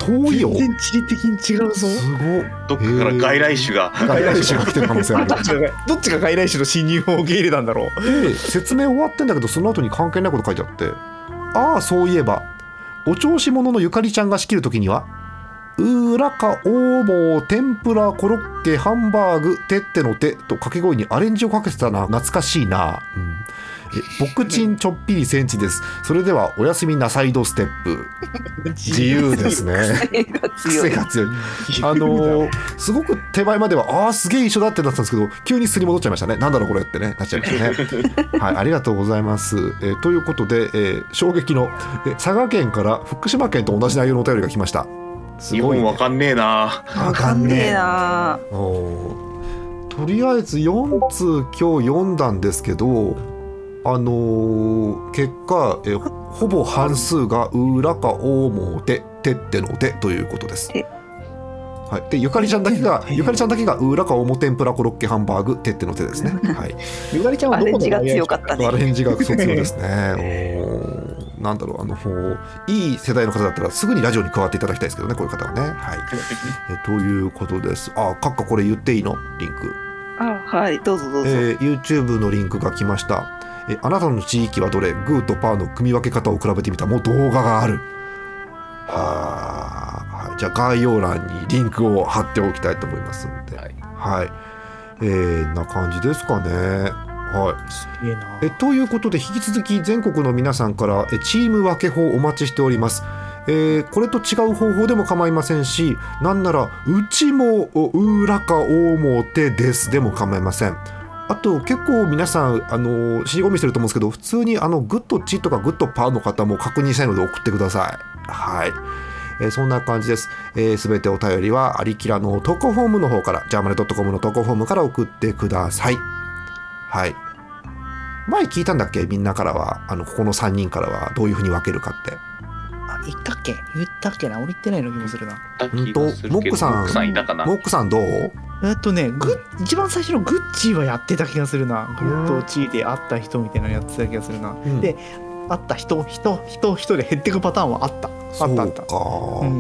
A: 遠いよ。
F: 全然地理的に違うぞ。
A: すごい。
C: どっかから外来種が
A: 外来種が来てる可能性ある。
F: どっちがどっちが外来種の侵入を受け入れたんだろう。
A: で説明終わってんだけど、その後に関係ないこと書いてあって、ああそういえばお調子者のゆかりちゃんが仕切るときには、うーらかおーもー天ぷらコロッケハンバーグてってのてと掛け声にアレンジをかけてたな。懐かしいな。うん、え僕ちんちょっぴりセンチです。それではおやすみなさいドステップ。自由ですね。癖が強い。あのー、すごく手前まではあーすげえ一緒だってなってたんですけど、急に素に戻っちゃいましたね。なんだろうこれってね、なっちゃいましたね。はい、ありがとうございます。えー、ということで、えー、衝撃の、えー、佐賀県から福島県と同じ内容のお便りが来ました。すごいね、
C: 日本わかんねえな。
D: わかんねえな。
A: とりあえずよんつう今日読んだんですけど、あのー、結果えほぼ半数がうらかおもててってのてということです。はい、でゆかりちゃんだけがゆかりちゃんだけがうらかおも天ぷらコロッケハンバーグてってのてですね。はい、
F: ゆかりちゃんはどこの
D: アレンジが強かったね。
A: アレンジがクソ強ですね。おなんだろう、あのいい世代の方だったらすぐにラジオに加わっていただきたいですけどね、こういう方はね。はい、えということです。あ、閣下これ言っていいの？リンク。
D: あ、はい、どうぞどうぞ。
A: えー、YouTube のリンクが来ました。えあなたの地域はどれ？グーとパーの組み分け方を比べてみたもう動画がある。はあ、はい、じゃあ概要欄にリンクを貼っておきたいと思いますので、はい、はい、えー、な感じですかね。はい、
F: すげえな。
A: えということで引き続き全国の皆さんからえチーム分け法お待ちしております。えー、これと違う方法でも構いませんし、なんならうちもうらかおもてですでも構いません。あと結構皆さんあの尻込みしてると思うんですけど、普通にあのグッドチとかグッドパーの方も確認したいので送ってください。はい、えー、そんな感じです。すべ、えー、てお便りはアリキラの投稿フォームの方から、ジャーマネドットコムの投稿フォームから送ってください。はい、前聞いたんだっけ、みんなからは、あのここのさんにんからはどういうふうに分けるかって。
F: あ、言ったっけ言ったっけな。俺言ってないの気もするな。
A: うんとモックさんモックさんどう？
F: えっとね、グッ一番最初のグッチーはやってた気がするな。グッドチーで会った人みたいなのやってた気がするな。うん、で会った人人人人で減っていくパターンはあったあったあった。
A: そうか、うん、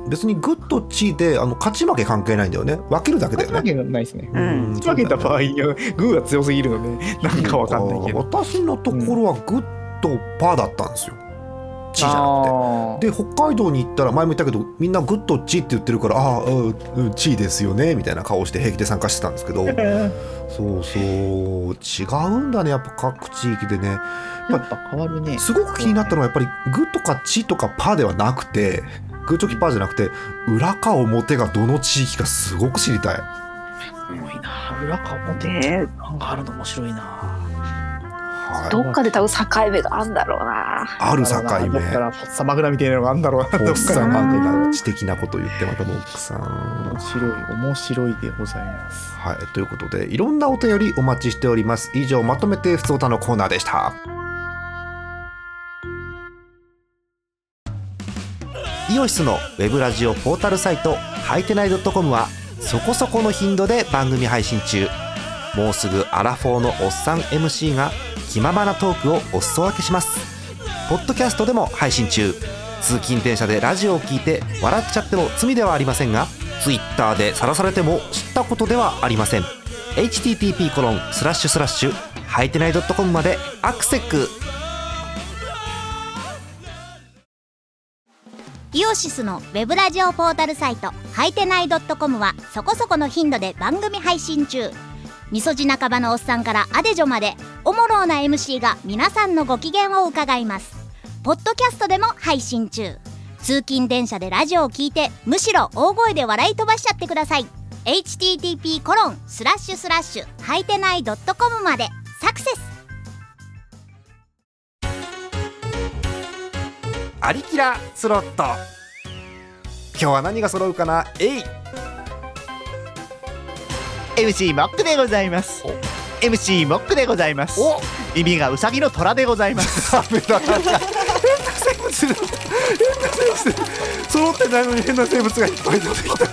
A: 別にグッドチーであの勝ち負け関係ないんだよね。分けるだけだよね。
F: 勝ち負けないですね。うん、勝ち負けた場合グーが強すぎるのでなんかわかんないけど、
A: 私のところはグッドパーだったんですよ。チじゃなくて、で北海道に行ったら前も言ったけどみんなグッドチって言ってるから、ああ、うん、チですよねみたいな顔して平気で参加してたんですけどそうそう違うんだね、やっぱ各地域でね。
F: やっぱ変わるね。
A: すごく気になったのはやっぱりグとかチとかパではなくて、グーチョキパーじゃなくて裏か表がどの地域かすごく知りたい。
F: すごいな、裏か表ね、なんかあるの面白いな。
A: はい、
D: どっかで多分境目があるんだろうな。
A: ある境目。
F: だからフォッサマグナみたいなのがあるんだろうな。
A: フォッサマグナ知的なこと言ってまたモックさん。
F: 面白い面白いでございます。
A: はい、ということでいろんなお便りお待ちしております。以上まとめてふつおたのコーナーでした。イオシスのウェブラジオポータルサイトはいてない .com はそこそこの頻度で番組配信中。もうすぐアラフォーのおっさん エムシー が気ままなトークをお裾分けします。ポッドキャストでも配信中。通勤電車でラジオを聞いて笑っちゃっても罪ではありませんが、ツイッターで晒されても知ったことではありません。 エイチティーティーピーコロンスラッシュスラッシュはいてない .com までアクセック。
G: イオシスのウェブラジオポータルサイトはいてない .com はそこそこの頻度で番組配信中。みそじ半ばのおっさんからアデジョまでおもろうな エムシー が皆さんのご機嫌を伺います。ポッドキャストでも配信中。通勤電車でラジオを聞いてむしろ大声で笑い飛ばしちゃってください。 エイチティーティーピーコロンスラッシュスラッシュはいてない .com までサクセス。
B: アリキラスロット。今日は何が揃うかな。えい
H: エムシー モックでございます。 エムシー モックでございます。耳がウサギの虎でございます。
A: ダメだ変な生物だ、変な生物揃ってないのに変な生物がいっぱい出てきた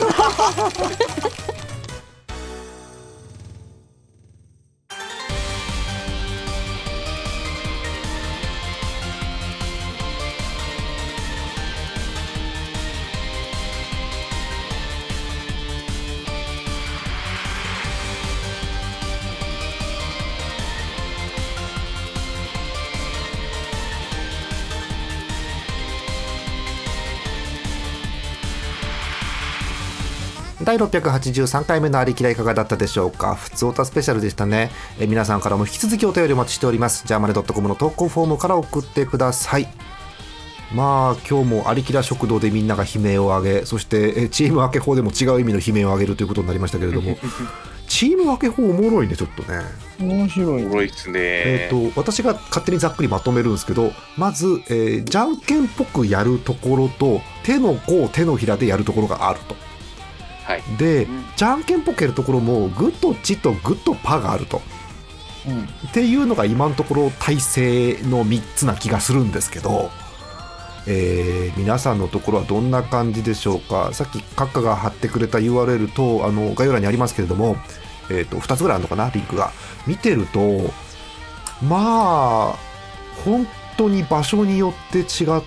A: だいろっぴゃくはちじゅうさんかいめのありきらいかがだったでしょうか。ふつおたスペシャルでしたね。え皆さんからも引き続きお便りお待ちしております。ジャーマネドットコムの投稿フォームから送ってください。まあ今日もありきら食堂でみんなが悲鳴を上げ、そしてチーム分け法でも違う意味の悲鳴を上げるということになりましたけれどもチーム分け法おもろいね。ちょっとね
F: 面白い、
C: おもろいですね。
A: えーと私が勝手にざっくりまとめるんですけど、まず、えー、じゃんけんっぽくやるところと手の甲手のひらでやるところがあると。
C: はい、
A: で、うん、じゃんけんっぽくやるところもグとチとグとパがあると、うん、っていうのが今のところ体制のみっつな気がするんですけど、えー、皆さんのところはどんな感じでしょうか。さっき閣下が貼ってくれた ユーアールエル とあの概要欄にありますけれども、えー、とふたつぐらいあるのかな、リンクが。見てるとまあ本当に場所によって違って、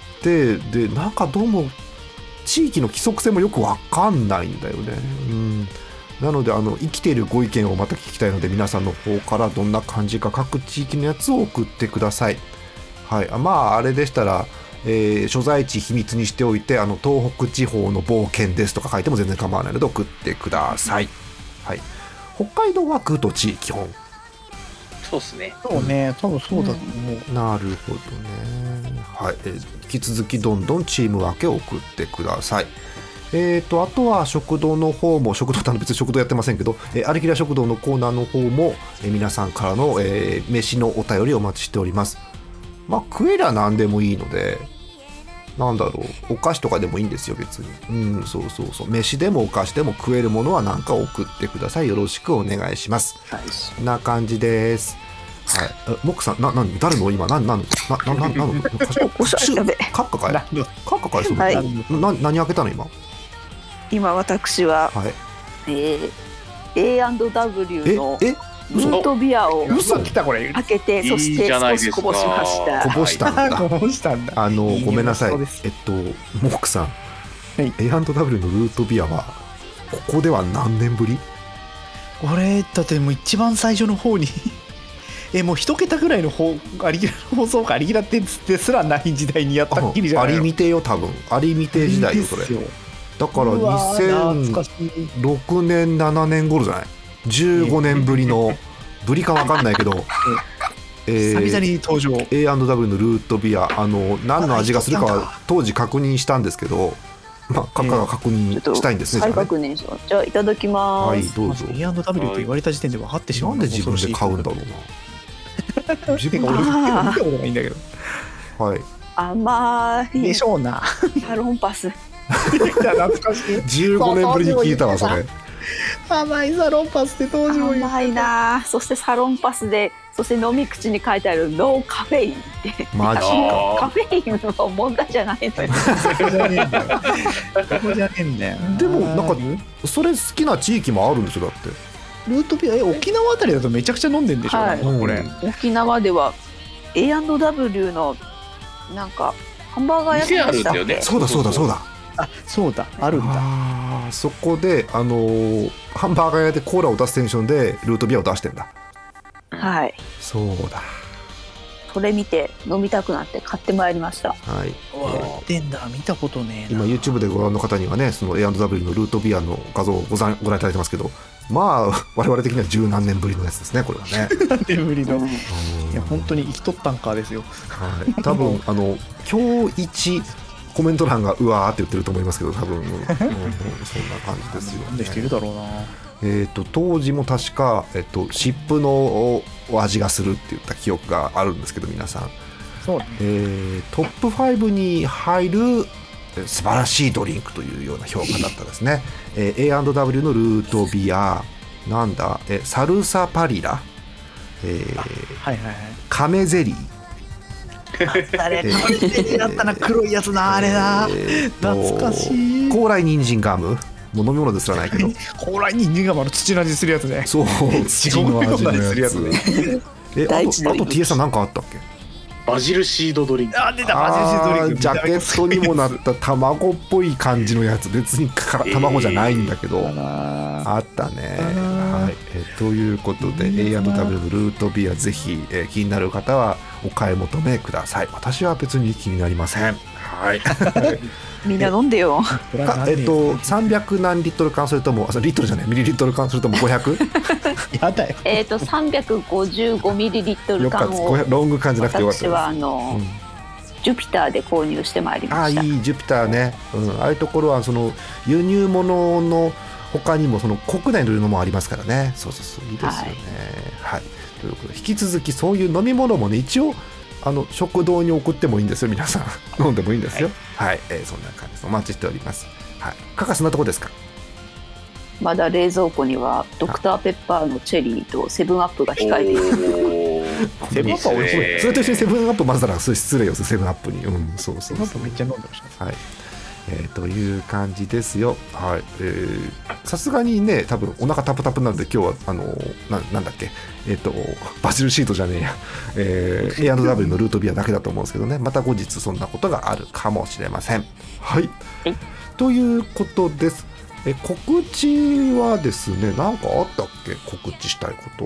A: でなんかどうも地域の規則性もよくわかんないんだよね。うん、なのであの生きているご意見をまた聞きたいので、皆さんの方からどんな感じか各地域のやつを送ってください。はい、まああれでしたら、えー、所在地秘密にしておいて、あの東北地方の冒険ですとか書いても全然構わないので送ってください。はい、北海道はグと地基本。
C: そうですね。
F: そうね、多分そうだと思う。
A: うん、なるほどね。はい、えー、引き続きどんどんチーム分けを送ってください。えーとあとは食堂の方も、食堂って別に食堂やってませんけど、えー、ありきら食堂のコーナーの方も、えー、皆さんからの、えー、飯のお便りをお待ちしております。まあ食えりゃ何でもいいので、なんだろう、お菓子とかでもいいんですよ別に。うん、そうそうそう、飯でもお菓子でも食えるものは何か送ってください。よろしくお願いします。はい、こんな感じです。はい、モックさん、な、な、誰の今、な、な、な、な、な、な、な、
D: おしゃべ。
A: カッカかい。カッカかい、それ。な、何開けたの今。
D: 今私は。はい。ええ、エーアンドダブリュー の。え、ルートビアを。
F: 嘘来たこれ。
D: 開けて、そして少しこぼしました。
A: こぼしたんだ。
F: こぼしたんだ。
A: あの、ごめんなさい。えっと、モックさん。エーアンドダブリュー のルートビアは。ここでは何年ぶり。
F: これ、だってもう一番最初の方に。えもう一桁ぐらいの放ありきら放送かありきらってですらない時代にやったっきりじゃないの。
A: ありみてよ多分。ありみて時代よそれ。だからにせんろくねんななねん頃じゃない。じゅうごねんぶりのぶりかわかんないけど、
F: えー、久々に登場
A: エーアンドダブリュー のルートビア、あの何の味がするかは当時確認したんですけど、まあカッカが確認したいんですね。
D: 再確認します。じゃあいただきます。
A: はいどうぞ。
F: エーアンドダブリュー と言われた時点で分かってしまう。
A: なんで自分で買うんだろうな。
F: 自分が俺見たことないんだけど。
A: はい。
D: 甘い。
F: でしょうな。
D: サロンパス。
F: 懐かしい。
A: じゅうごねんぶりに聞いたわそれ。
F: 甘いサロンパスって当時も
D: 甘いな。そしてサロンパスで、そして飲み口に書いてあるノーカフェインって。
A: マジか。
D: カフェインの問題じゃないのよ。
F: そこじゃねえんだよ。そこじゃねえんだよ。
A: でもなんかそれ好きな地域もあるんでしょだって。
F: ルートビア、え沖縄あたりだとめちゃくちゃ飲んでんでしょ、はい、これ
D: 沖縄では エーアンドダブリュー のなんかハンバーガー屋さんでしたっけ。
A: そうだそうだそうだ。
F: あそうだあるんだ。
A: あそこであのー、ハンバーガー屋でコーラを出すテンションでルートビアを出してんだ。
D: はい。
A: そうだ。
D: それ見て飲みたくなって買ってまいりました。は
A: い。
F: 売ってんだ、見たことねえな。
A: 今 YouTube でご覧の方にはね、その エーアンドダブリュー のルートビアの画像をご覧いただいてますけど、まあ我々的には十何年ぶりのやつですねこれはね。
F: 何年ぶりの。いや本当に生きとったんかですよ。
A: はい。多分あの今日一コメント欄がうわーって言ってると思いますけど、多分、うん、そんな感じですよ、ね。
F: なんでしてるだろうな。
A: えー、と当時も確か、えっと、湿布の味がするって言った記憶があるんですけど皆さん
F: そう、ね
A: えー、トップファイブに入る素晴らしいドリンクというような評価だったですね、えー、エーアンドダブリュー のルートビアなんだ、えー、サルサパリラ、えー
F: はいはいはい、
A: カメゼリー
F: あれ、えー、だったな黒いやつなあれな、えー、懐かしい
A: 高麗人参ガムもう飲み物ですらないけど
F: 高麗人参ガムの土の味するやつね。
A: そう土の味のやつね。えあとあと ティーエス さん何かあったっけ。
C: バジルシードドリンク。
F: あ出たバジルシードドリンク。
A: ジャケットにもなった卵っぽい感じのやつ別に卵じゃないんだけど、えー、あったね。はい、えー、ということで エーアンドダブリュー のルートビアぜひ、えー、気になる方はお買い求めください。私は別に気になりません。ははい
D: みんな飲んでよ。
A: えっとさんびゃく何リットル缶、それともリットルじゃないミリリットル缶、それともごひゃく？
F: やだよ。
D: えっとさんびゃくごじゅうごミリリットル缶を
A: ロング缶じゃなくてよかったです。
D: 私はあの、うん、ジュピターで購入してまいりました。
A: ああいいジュピターね、うん、ああいうところはその輸入物の他にもその国内ののもありますからね。そうそうそういいですよね。はい、はい、ということで引き続きそういう飲み物もね一応あの食堂に送ってもいいんですよ皆さん飲んでもいいんですよ。はい、はい、えー、そんな感じです。お待ちしております。はい、かかそんなとこですか。
D: まだ冷蔵庫にはドクターペッパーのチェリーとセブンアップが控えている。
F: セブンアップは美味しい。
A: それと一緒にセブンアップ混ぜたら失礼よセブンアップに。うん、そうそうそう。
F: めっちゃ飲んでました。
A: はい。えー、という感じですよ。はい。さすがにね、多分お腹タプタプなんで今日はあのななんだっけ、えっ、ー、とバジルシートじゃねえや、えー、エーアンドダブリュー のルートビアだけだと思うんですけどね。また後日そんなことがあるかもしれません。はい。ということです。え告知はですね、なんかあったっけ？告知したいこと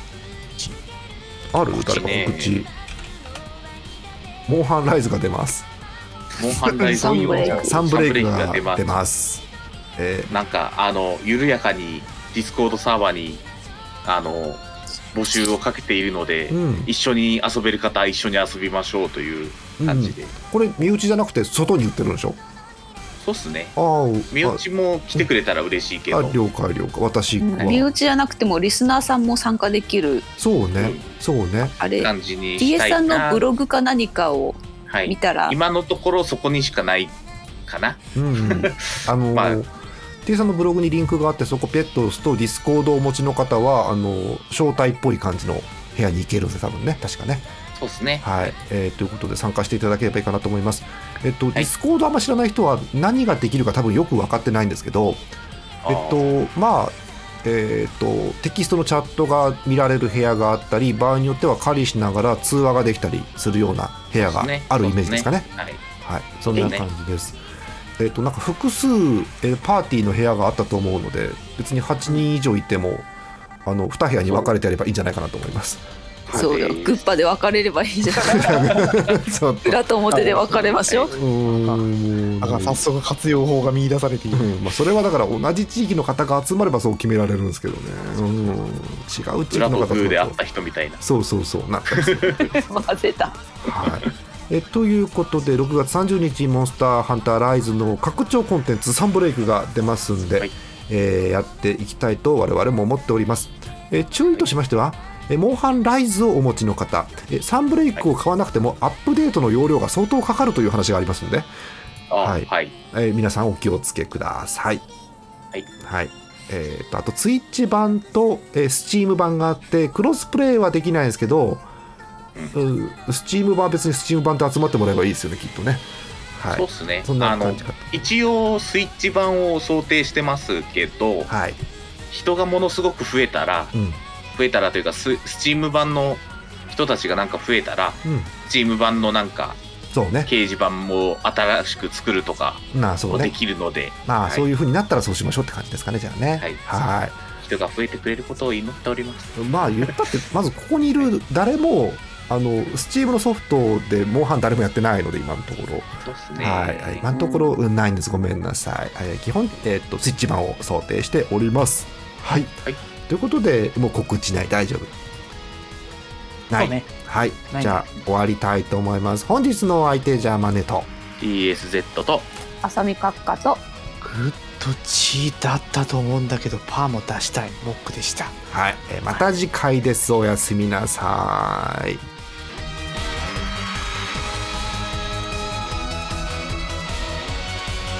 A: ある？誰か告知。モンハンライズが出ます。
C: モンハンライズ
A: サンブレイクサンブレイクが出ます。
C: えー、なんかあの緩やかにディスコードサーバーにあの募集をかけているので、うん、一緒に遊べる方は一緒に遊びましょうという感じで、うん、
A: これ身内じゃなくて外に売ってるんでしょ？
C: そうっすね。あ身内も来てくれたら嬉しいけど。
A: あ了解了解。私は
D: 身内じゃなくてもリスナーさんも参加できる。
A: そうね、うん、そうね。
D: あれ
C: 感じにしたいな。
D: ティーエス さんのブログか何かを見たら、
C: はい、今のところそこにしかないかな。
A: うん、うん、あのーまあ、ティーエス さんのブログにリンクがあって、そこペットを押すとディスコードをお持ちの方はあのー、招待っぽい感じの部屋に行けるんです多分ね、確かね。
C: そうですね。
A: はい、えー、ということで参加していただければいいかなと思います。えっと、はい、ディスコードあんま知らない人は何ができるか多分よく分かってないんですけど、えっとまあえー、とテキストのチャットが見られる部屋があったり、場合によっては狩りしながら通話ができたりするような部屋があるイメージですかね。はい、はい、そんな感じです。えー、となんか複数、えー、パーティーの部屋があったと思うので、別にはちにん以上いてもあのに部屋に分かれてやればいいんじゃないかなと思います。
D: そうよ、グッパで分かれればいいじゃない裏と表で分かれましょう。
F: うんなんか早速活用法が見出されている、
A: うんまあ、それはだから同じ地域の方が集まればそう決められるんですけどね、うん、違う地域の方
C: 裏とグーで会った人みたいな。
A: そうそうそうなったんです
D: 混ぜた、
A: はいえということでろくがつさんじゅうにちモンスターハンターライズの拡張コンテンツサンブレイクが出ますんで、はいえー、やっていきたいと我々も思っております。え注意としましては、モンハンライズをお持ちの方、サンブレイクを買わなくてもアップデートの容量が相当かかるという話がありますので、はいはいえー、皆さんお気をつけください。はいはいえー、とあとツイッチ版と、えー、スチーム版があって、クロスプレイはできないんですけど、うん、スチーム版は別にスチーム版と集まってもらえばいいですよね、きっとね。はい、
C: そうですね。そんな感じか。あの一応スイッチ版を想定してますけど、はい、人がものすごく増えたら、うん増えたらというか ス, スチーム版の人たちがなんか増えたら、うん、スチーム版のなんかそう、ね、掲示板も新しく作るとかもできるので、
A: まあ、はい、そういう風になったらそうしましょうって感じですかね。じゃあね、
C: はいはい、人が増えてくれることを祈っております。
A: まあ言ったってまずここにいる誰もあのスチームのソフトでモンハン誰もやってないので今のところ
C: そうですね、
A: はいはい、今のところ、うん、ないんです。ごめんなさい、はい、基本、えー、っとスイッチ版を想定しております。はい、はいということでもう告知ない大丈夫ない、ね、はいじゃあ終わりたいと思います。本日のお相手ジャーマネと
C: ティーエスゼット と
D: あさみかっかと
F: グッドチーだったと思うんだけどパーも出したいモックでした。
A: はい、えー、また次回です。おやすみなさい。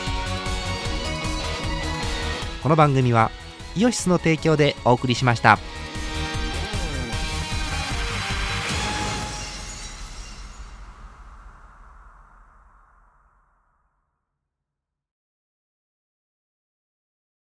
B: この番組はイオシスの提供でお送りしました。